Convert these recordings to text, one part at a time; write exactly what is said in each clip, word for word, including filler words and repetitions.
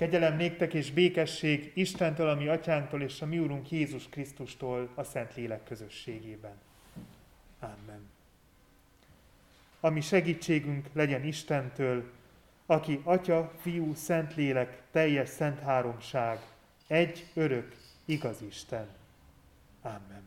Kegyelem néktek és békesség Istentől, a mi atyánktól és a mi Urunk Jézus Krisztustól a Szentlélek közösségében. Amen. A mi segítségünk legyen Istentől, aki Atya, Fiú, Szentlélek, teljes szent háromság, egy örök, igaz Isten. Amen.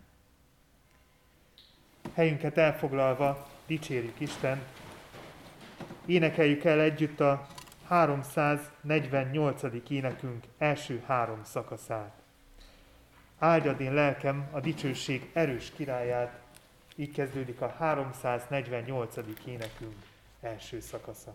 Helyünket elfoglalva dicsérjük Istent, énekeljük el együtt a háromszáznegyvennyolcadik énekünk első három szakaszát. Áldjad én lelkem a dicsőség erős királyát, így kezdődik a háromszáznegyvennyolcadik énekünk első szakasza.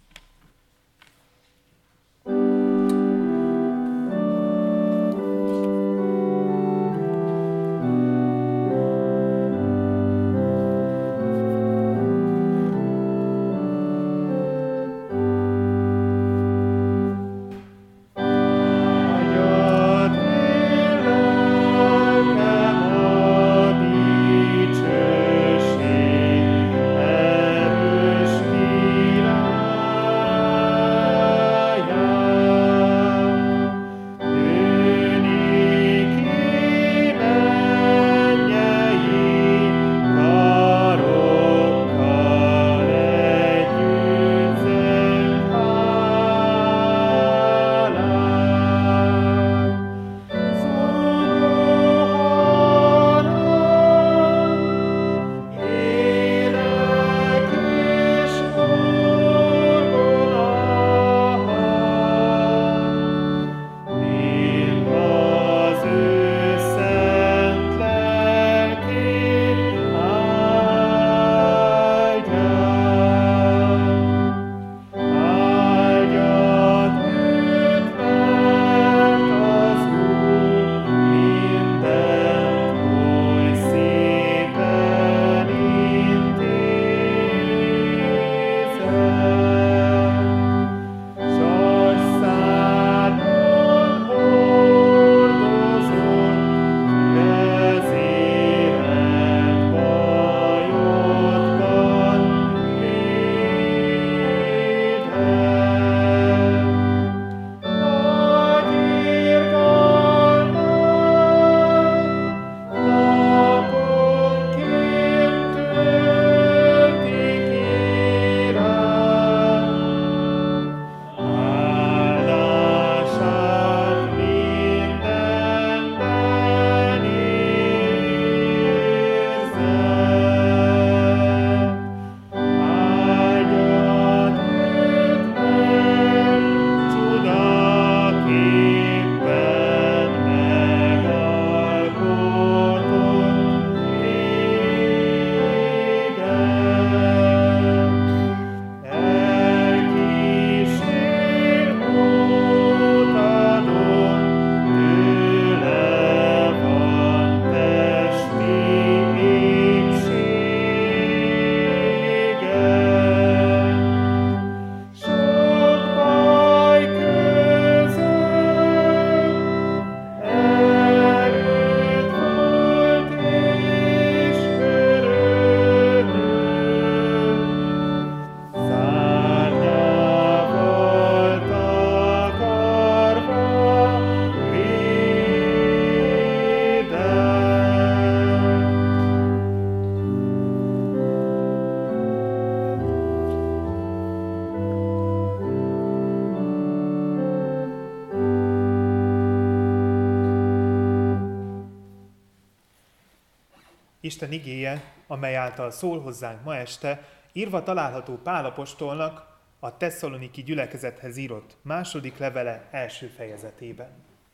Isten igéje, amely által szól hozzánk ma este, írva található Pál apostolnak a tesszaloniki gyülekezethez írott második levele első fejezetében.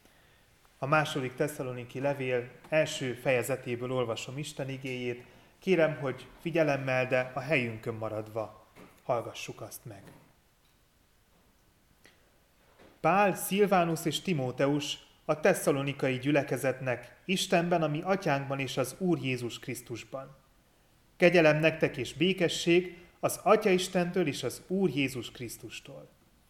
A második tesszaloniki levél első fejezetéből olvasom Isten igéjét, kérem, hogy figyelemmel, de a helyünkön maradva hallgassuk azt meg. Pál, Szilvánusz és Timóteus a tesszalonikai gyülekezetnek, Istenben, a mi atyánkban és az Úr Jézus Krisztusban. Kegyelem nektek és békesség az Atya Istentől és az Úr Jézus Krisztustól.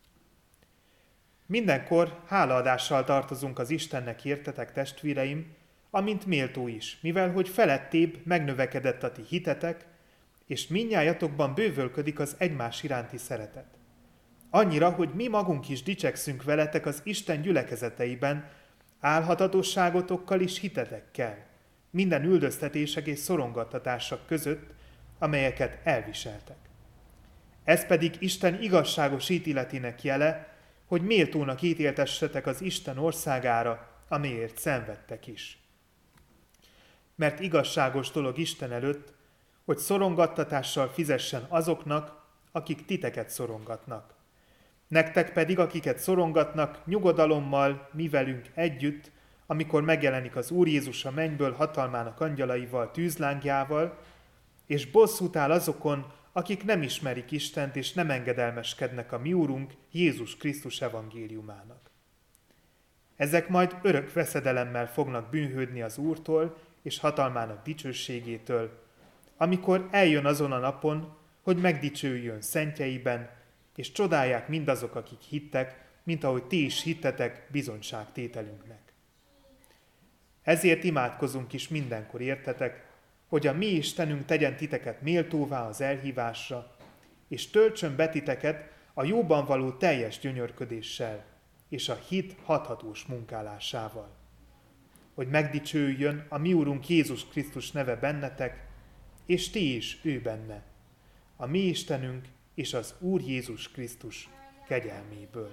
Mindenkor hálaadással tartozunk az Istennek értetek, testvéreim, amint méltó is, mivel hogy felettébb megnövekedett a ti hitetek, és mindnyájatokban bővölködik az egymás iránti szeretet. annyira, hogy mi magunk is dicsekszünk veletek az Isten gyülekezeteiben, álhatatosságotokkal és hitetekkel, minden üldöztetések és szorongattatások között, amelyeket elviseltek. Ez pedig Isten igazságos ítéletének jele, hogy méltónak ítéltessetek az Isten országára, amiért szenvedtek is. Mert igazságos dolog Isten előtt, hogy szorongattatással fizessen azoknak, akik titeket szorongatnak. Nektek pedig, akiket szorongatnak, nyugodalommal mi velünk együtt, amikor megjelenik az Úr Jézus a mennyből hatalmának angyalaival, tűzlángjával, és bosszút áll azokon, akik nem ismerik Istent és nem engedelmeskednek a mi Úrunk Jézus Krisztus evangéliumának. Ezek majd örök veszedelemmel fognak bűnhődni az Úrtól és hatalmának dicsőségétől, amikor eljön azon a napon, hogy megdicsőjön szentjeiben, és csodálják mindazok, akik hittek, mint ahogy ti is hittetek bizonyságtételünknek. Ezért imádkozunk is mindenkor értetek, hogy a mi Istenünk tegyen titeket méltóvá az elhívásra, és töltsön be titeket a jóban való teljes gyönyörködéssel, és a hit hathatós munkálásával. Hogy megdicsőjön a mi Úrunk Jézus Krisztus neve bennetek, és ti is ő benne, a mi Istenünk és az Úr Jézus Krisztus kegyelméből.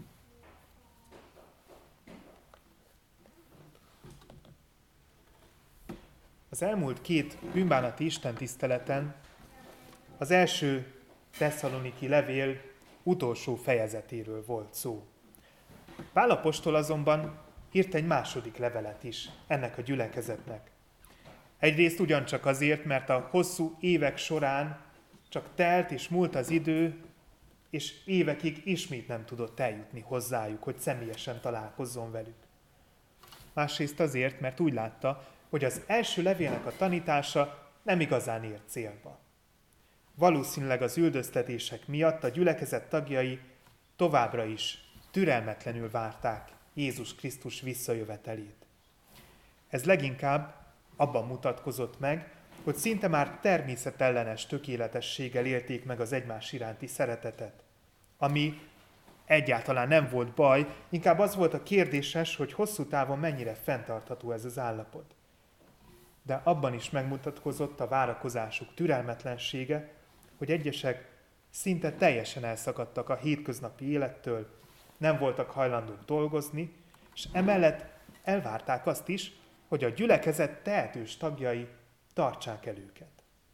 Az elmúlt két bűnbánati istentiszteleten az első tesszaloniki levél utolsó fejezetéről volt szó. Pál apostol azonban írt egy második levelet is ennek a gyülekezetnek. Egyrészt ugyancsak azért, mert a hosszú évek során csak telt és múlt az idő, és évekig ismét nem tudott eljutni hozzájuk, hogy személyesen találkozzon velük. Másrészt azért, mert úgy látta, hogy az első levélnek a tanítása nem igazán ért célba. Valószínűleg az üldöztetések miatt a gyülekezet tagjai továbbra is türelmetlenül várták Jézus Krisztus visszajövetelét. Ez leginkább abban mutatkozott meg, hogy szinte már természetellenes tökéletességgel élték meg az egymás iránti szeretetet, ami egyáltalán nem volt baj, inkább az volt a kérdéses, hogy hosszú távon mennyire fenntartható ez az állapot. De abban is megmutatkozott a várakozásuk türelmetlensége, hogy egyesek szinte teljesen elszakadtak a hétköznapi élettől, nem voltak hajlandók dolgozni, és emellett elvárták azt is, hogy a gyülekezet tehetős tagjai tartsák el őket.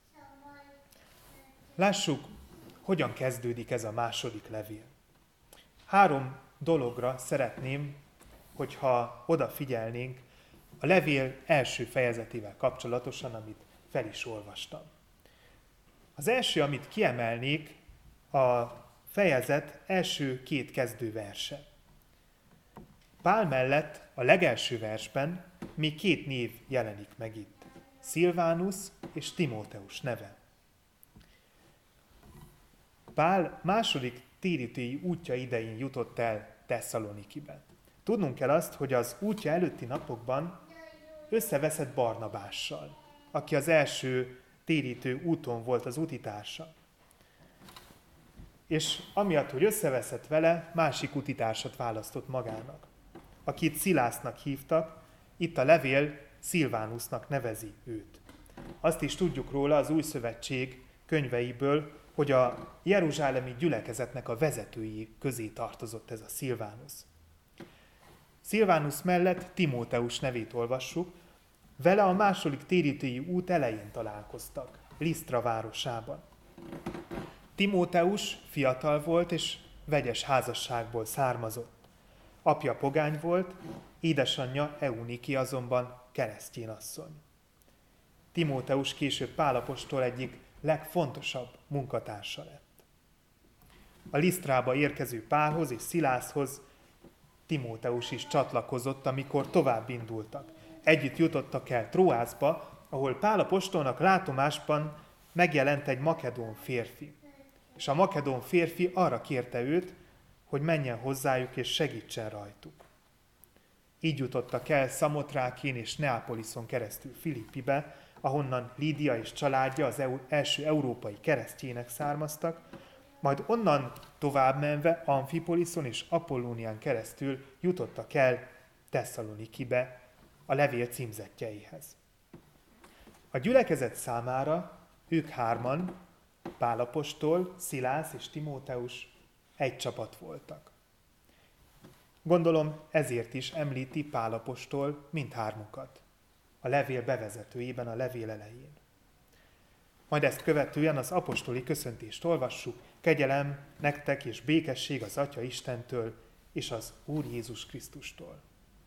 Lássuk, hogyan kezdődik ez a második levél. Három dologra szeretném, hogyha odafigyelnénk a levél első fejezetével kapcsolatosan, amit fel is olvastam. Az első, amit kiemelnék, a fejezet első két kezdőverse. Pál mellett a legelső versben még két név jelenik meg itt. Szilvánusz és Timóteus neve. Pál második térítői útja idején jutott el Tesszalonikibe. Tudnunk kell azt, hogy az útja előtti napokban összeveszett Barnabással, aki az első térítő úton volt az útitársa. És amiatt, hogy összeveszett vele, másik útitársat választott magának, akit Szilásznak hívtak, itt a levél Szilvánusznak nevezi őt. Azt is tudjuk róla az Új Szövetség könyveiből, hogy a jeruzsálemi gyülekezetnek a vezetői közé tartozott ez a Szilvánusz. Szilvánusz mellett Timóteus nevét olvassuk, vele a második térítői út elején találkoztak, Lisztra városában. Timóteus fiatal volt és vegyes házasságból származott. Apja pogány volt, édesanyja Euniki azonban keresztény asszony. Timóteus később Pál apostol egyik legfontosabb munkatársa lett. A Lisztrába érkező Pálhoz és Szilászhoz Timóteus is csatlakozott, amikor tovább indultak. Együtt jutottak el Tróászba, ahol Pál apostolnak látomásban megjelent egy makedón férfi. És a makedón férfi arra kérte őt, hogy menjen hozzájuk és segítsen rajtuk. Így jutottak el Szamotrákén és Neapoliszon keresztül Filippibe, ahonnan Lídia és családja az első európai keresztjének származtak, majd onnan tovább menve Amfipoliszon és Apollónián keresztül jutottak el Tesszalonikibe, a levél címzettjeihez. A gyülekezet számára ők hárman, Pál apostol, Szilász és Timóteus egy csapat voltak. Gondolom ezért is említi Pál apostol mindhármukat a levél bevezetőjében, a levél elején. Majd ezt követően az apostoli köszöntést olvassuk: kegyelem nektek és békesség az Atya Istentől és az Úr Jézus Krisztustól.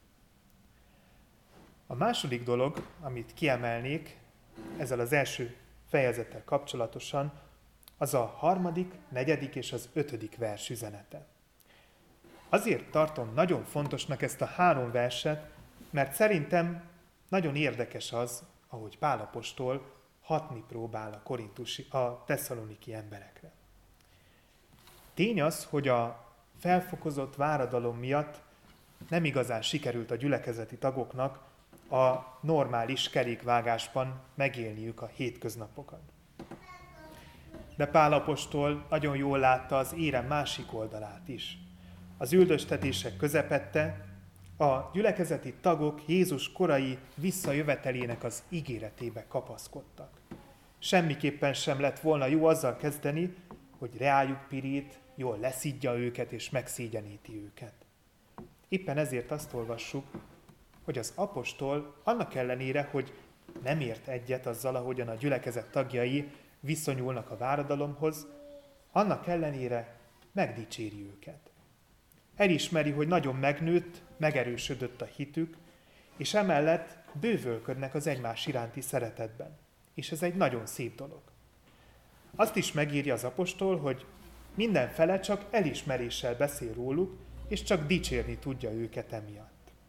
A második dolog, amit kiemelnék ezzel az első fejezettel kapcsolatosan, az a harmadik, negyedik és az ötödik vers üzenete. Azért tartom nagyon fontosnak ezt a három verset, mert szerintem nagyon érdekes az, ahogy Pál apostol hatni próbál a korintusi, a tesszaloniki emberekre. Tény az, hogy a felfokozott váradalom miatt nem igazán sikerült a gyülekezeti tagoknak a normális kerékvágásban megélniük a hétköznapokat. De Pál apostol nagyon jól látta az érem másik oldalát is. Az üldöztetések közepette a gyülekezeti tagok Jézus korai visszajövetelének az ígéretébe kapaszkodtak. Semmiképpen sem lett volna jó azzal kezdeni, hogy reájuk pirít, jól leszidja őket és megszégyeníti őket. Éppen ezért azt olvassuk, hogy az apostol annak ellenére, hogy nem ért egyet azzal, ahogyan a gyülekezet tagjai viszonyulnak a váradalomhoz, annak ellenére megdicséri őket. Elismeri, hogy nagyon megnőtt, megerősödött a hitük, és emellett bővölködnek az egymás iránti szeretetben. És ez egy nagyon szép dolog. Azt is megírja az apostol, hogy mindenfele csak elismeréssel beszél róluk, és csak dicsérni tudja őket emiatt.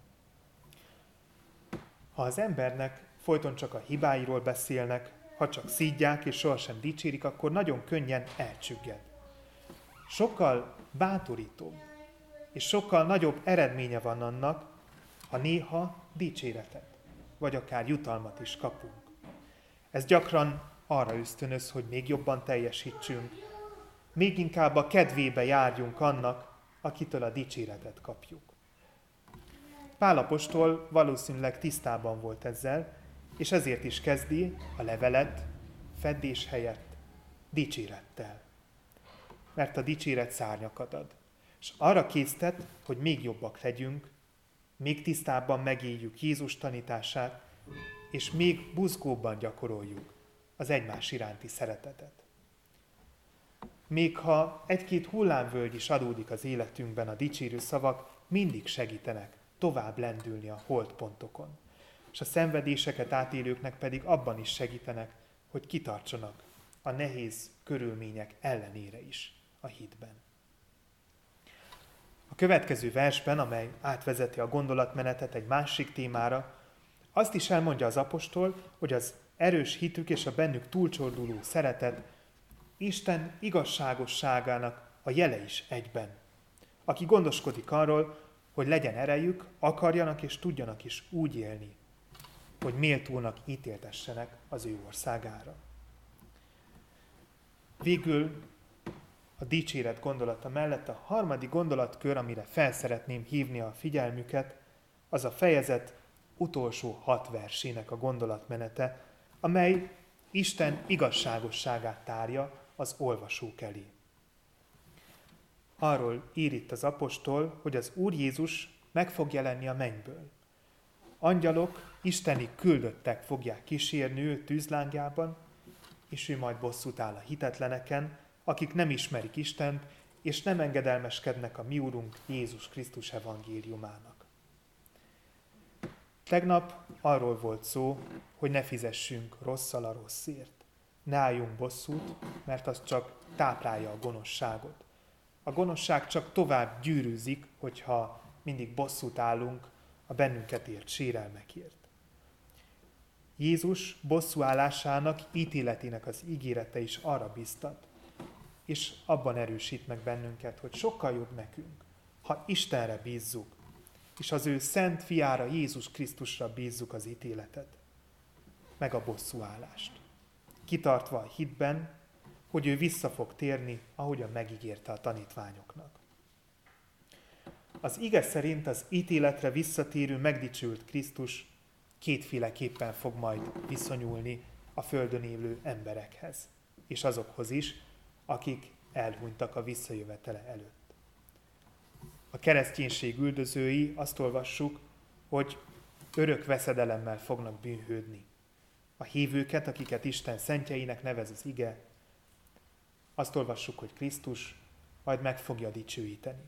Ha az embernek folyton csak a hibáiról beszélnek, ha csak szídják és sohasem dicsérik, akkor nagyon könnyen elcsügged. Sokkal bátorítóbb és sokkal nagyobb eredménye van annak, ha néha dicséretet, vagy akár jutalmat is kapunk. Ez gyakran arra ösztönöz, hogy még jobban teljesítsünk, még inkább a kedvébe járjunk annak, akitől a dicséretet kapjuk. Pál apostol valószínűleg tisztában volt ezzel, és ezért is kezdi a levelet feddés helyett dicsérettel. Mert a dicséret szárnyakat ad. És arra késztet, hogy még jobbak legyünk, még tisztábban megéljük Jézus tanítását, és még buzgóbban gyakoroljuk az egymás iránti szeretetet. Még ha egy-két hullámvölgy is adódik az életünkben, a dicsérő szavak mindig segítenek tovább lendülni a holdpontokon. És a szenvedéseket átélőknek pedig abban is segítenek, hogy kitartsanak a nehéz körülmények ellenére is a hitben. A következő versben, amely átvezeti a gondolatmenetet egy másik témára, azt is elmondja az apostol, hogy az erős hitük és a bennük túlcsorduló szeretet Isten igazságosságának a jele is egyben, aki gondoskodik arról, hogy legyen erejük, akarjanak és tudjanak is úgy élni, hogy méltónak ítéltessenek az ő országára. Végül a dicséret gondolata mellett a harmadik gondolatkör, amire felszeretném hívni a figyelmüket, az a fejezet utolsó hat versének a gondolatmenete, amely Isten igazságosságát tárja az olvasók elé. Arról ír itt az apostol, hogy az Úr Jézus meg fog jelenni a mennyből. Angyalok, isteni küldöttek fogják kísérni őt tűzlángjában, és ő majd bosszút áll a hitetleneken, akik nem ismerik Istent, és nem engedelmeskednek a mi Urunk Jézus Krisztus evangéliumának. Tegnap arról volt szó, hogy ne fizessünk rosszal a rosszért. Ne álljunk bosszút, mert az csak táplálja a gonoszságot. A gonoszság csak tovább gyűrűzik, hogyha mindig bosszút állunk a bennünket ért sérelmekért. Jézus bosszúállásának, ítéletének az ígérete is arra biztat, és abban erősít meg bennünket, hogy sokkal jobb nekünk, ha Istenre bízzuk, és az ő szent fiára, Jézus Krisztusra bízzuk az ítéletet, meg a bosszúállást. Kitartva a hitben, hogy ő vissza fog térni, ahogyan megígérte a tanítványoknak. Az ige szerint az ítéletre visszatérő, megdicsült Krisztus kétféleképpen fog majd viszonyulni a földön élő emberekhez, és azokhoz is, akik elhunytak a visszajövetele előtt. A kereszténység üldözői, azt olvassuk, hogy örök veszedelemmel fognak bűnhődni. A hívőket, akiket Isten szentjeinek nevez az ige, azt olvassuk, hogy Krisztus majd meg fogja dicsőíteni.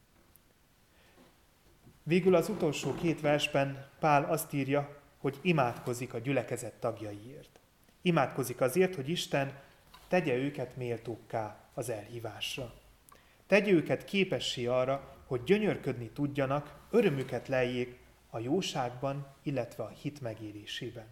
Végül az utolsó két versben Pál azt írja, hogy imádkozik a gyülekezet tagjaiért. Imádkozik azért, hogy Isten tegye őket méltókká az elhívásra. Tegye őket képessé arra, hogy gyönyörködni tudjanak, örömüket leljék a jóságban, illetve a hit megélésében.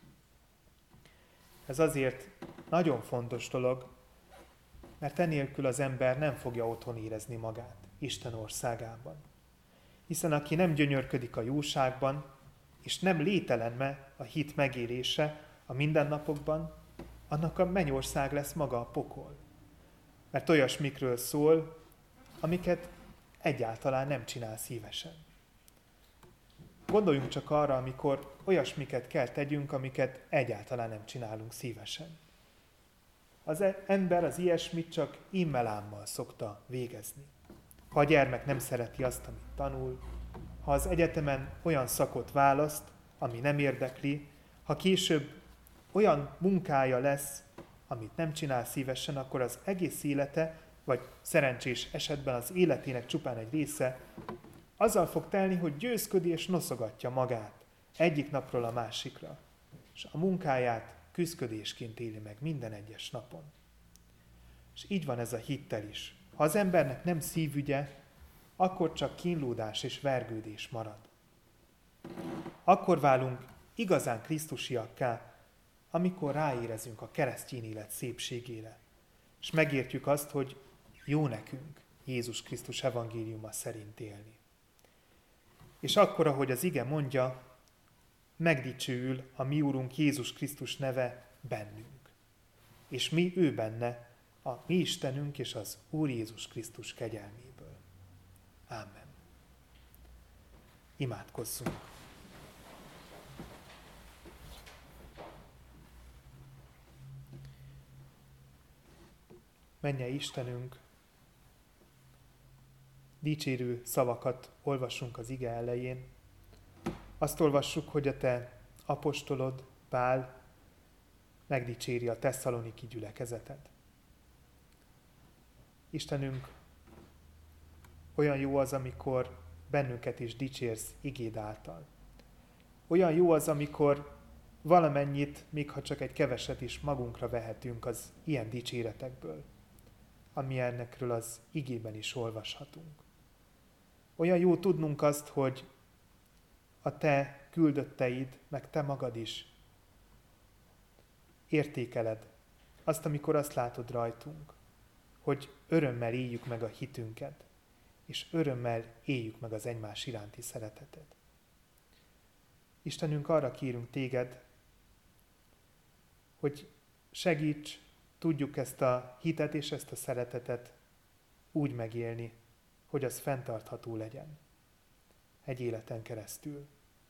Ez azért nagyon fontos dolog, mert enélkül az ember nem fogja otthon érezni magát Isten országában. Hiszen aki nem gyönyörködik a jóságban, és nem lételenme a hit megélése a mindennapokban, annak a mennyország lesz maga a pokol. Mert olyasmikről szól, amiket egyáltalán nem csinál szívesen. Gondoljunk csak arra, amikor olyasmiket kell tegyünk, amiket egyáltalán nem csinálunk szívesen. Az ember az ilyesmit csak immelámmal szokta végezni. Ha a gyermek nem szereti azt, amit tanul, ha az egyetemen olyan szakot választ, ami nem érdekli, ha később olyan munkája lesz, amit nem csinál szívesen, akkor az egész élete, vagy szerencsés esetben az életének csupán egy része, azzal fog telni, hogy győzködi és noszogatja magát egyik napról a másikra, és a munkáját küszködésként éli meg minden egyes napon. És így van ez a hittel is. Ha az embernek nem szívügye, akkor csak kínlódás és vergődés marad. Akkor válunk igazán krisztusiakká, amikor ráérezünk a keresztény élet szépségére, és megértjük azt, hogy jó nekünk Jézus Krisztus evangéliuma szerint élni. És akkor, ahogy az ige mondja, megdicsőül a mi Úrunk Jézus Krisztus neve bennünk, és mi ő benne, a mi Istenünk és az Úr Jézus Krisztus kegyelméből. Ámen. Imádkozzunk. Mennyei Istenünk, dicsérő szavakat olvassunk az ige elején. Azt olvassuk, hogy a te apostolod, Pál, megdicséri a tesszaloniki gyülekezetet. Istenünk, olyan jó az, amikor bennünket is dicsérsz igéd által. Olyan jó az, amikor valamennyit, még ha csak egy keveset is magunkra vehetünk az ilyen dicséretekből, amilyennekről az igében is olvashatunk. Olyan jó tudnunk azt, hogy a te küldötteid, meg te magad is értékeled azt, amikor azt látod rajtunk, hogy örömmel éljük meg a hitünket, és örömmel éljük meg az egymás iránti szeretetet. Istenünk, arra kérünk téged, hogy segíts, tudjuk ezt a hitet és ezt a szeretetet úgy megélni, hogy az fenntartható legyen egy életen keresztül.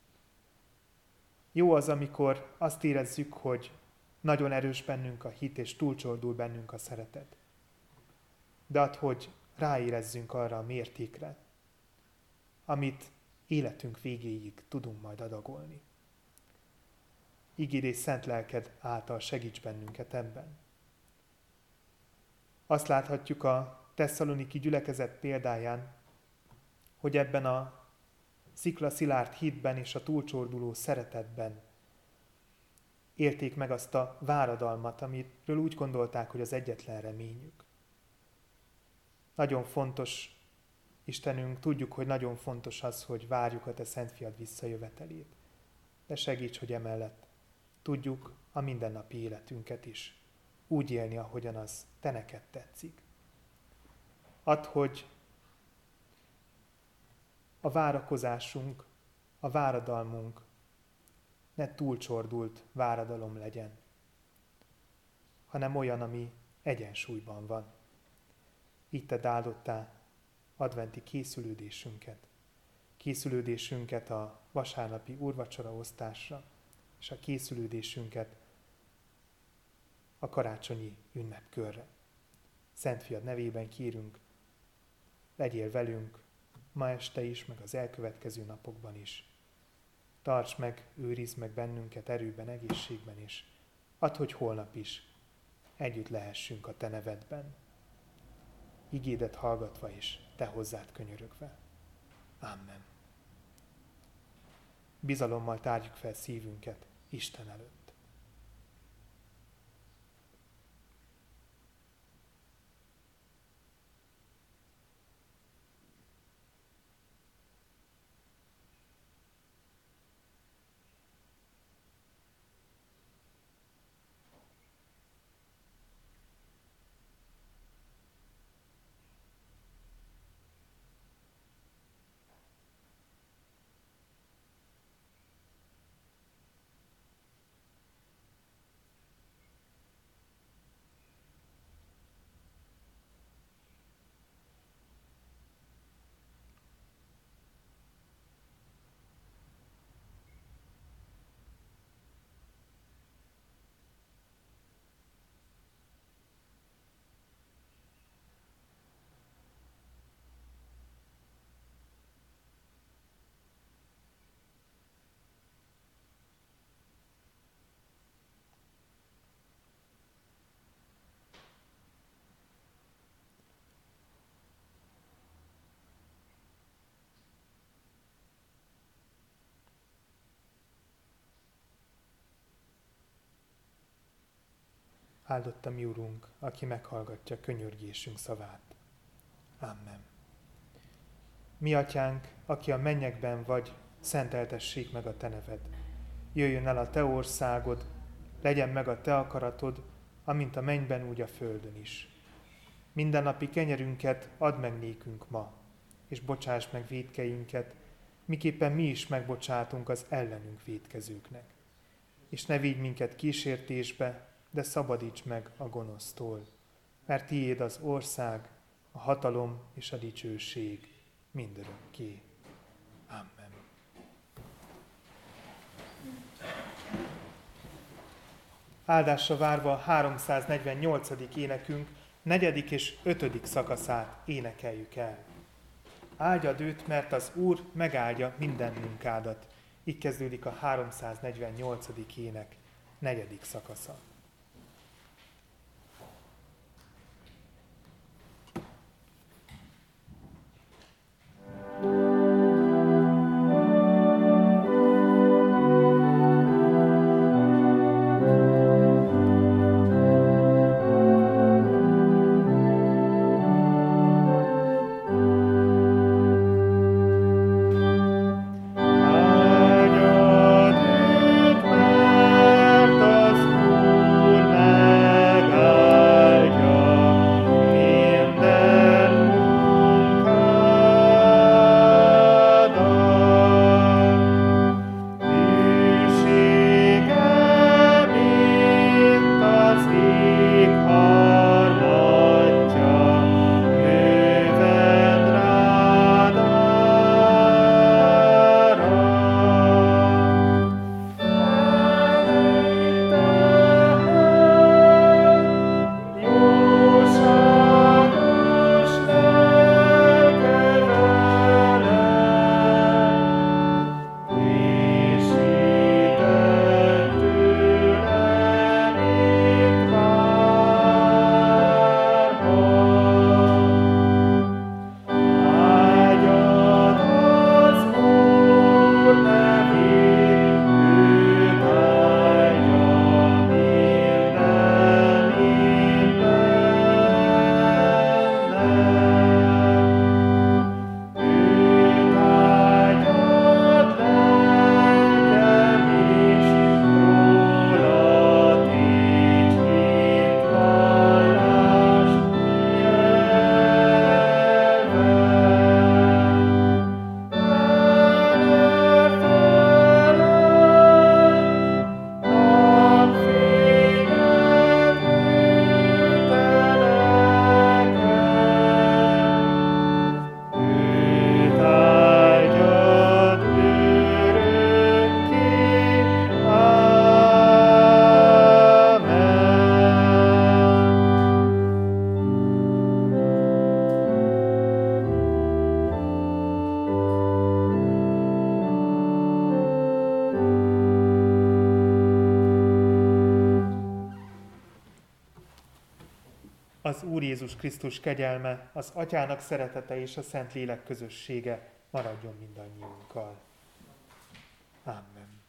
Jó az, amikor azt érezzük, hogy nagyon erős bennünk a hit, és túlcsordul bennünk a szeretet. De add, hogy ráérezzünk arra a mértékre, amit életünk végéig tudunk majd adagolni. Igéd és szent lelked által segíts bennünket ebben. Azt láthatjuk a tesszaloniki gyülekezet példáján, hogy ebben a sziklaszilárd hitben és a túlcsorduló szeretetben élték meg azt a váradalmat, amiről úgy gondolták, hogy az egyetlen reményük. Nagyon fontos, Istenünk, tudjuk, hogy nagyon fontos az, hogy várjuk a te szent fiad visszajövetelét. De segíts, hogy emellett tudjuk a mindennapi életünket is úgy élni, ahogyan az te neked tetszik. Add, hogy a várakozásunk, a váradalmunk ne túlcsordult váradalom legyen, hanem olyan, ami egyensúlyban van. Így tedd áldottá adventi készülődésünket, készülődésünket a vasárnapi úrvacsora osztásra, és a készülődésünket a karácsonyi ünnepkörre. Szent Fiad nevében kérünk, legyél velünk ma este is, meg az elkövetkező napokban is. Tarts meg, őrizd meg bennünket erőben, egészségben is. Add, hogy holnap is együtt lehessünk a te nevedben. Igédet hallgatva is, te hozzád könyörögve. Amen. Bizalommal tárjuk fel szívünket Isten előtt. Áldott a mi Urunk, aki meghallgatja könyörgésünk szavát. Amen. Mi atyánk, aki a mennyekben vagy, szenteltessék meg a te neved. Jöjjön el a te országod, legyen meg a te akaratod, amint a mennyben, úgy a földön is. Mindennapi kenyerünket add meg nékünk ma, és bocsáss meg vétkeinket, miképpen mi is megbocsátunk az ellenünk vétkezőknek. És ne vigy minket kísértésbe, de szabadíts meg a gonosztól, mert tiéd az ország, a hatalom és a dicsőség mindörökké. Amen. Áldásra várva a háromszáznegyvennyolcadik énekünk negyedik és ötödik szakaszát énekeljük el. Áldjad őt, mert az Úr megáldja minden munkádat. Így kezdődik a háromszáznegyvennyolcadik ének negyedik szakasza. Áldjad őt, mert az Úr az Úr Jézus Krisztus kegyelme, az Atyának szeretete és a Szentlélek közössége maradjon mindannyiunkkal. Amen.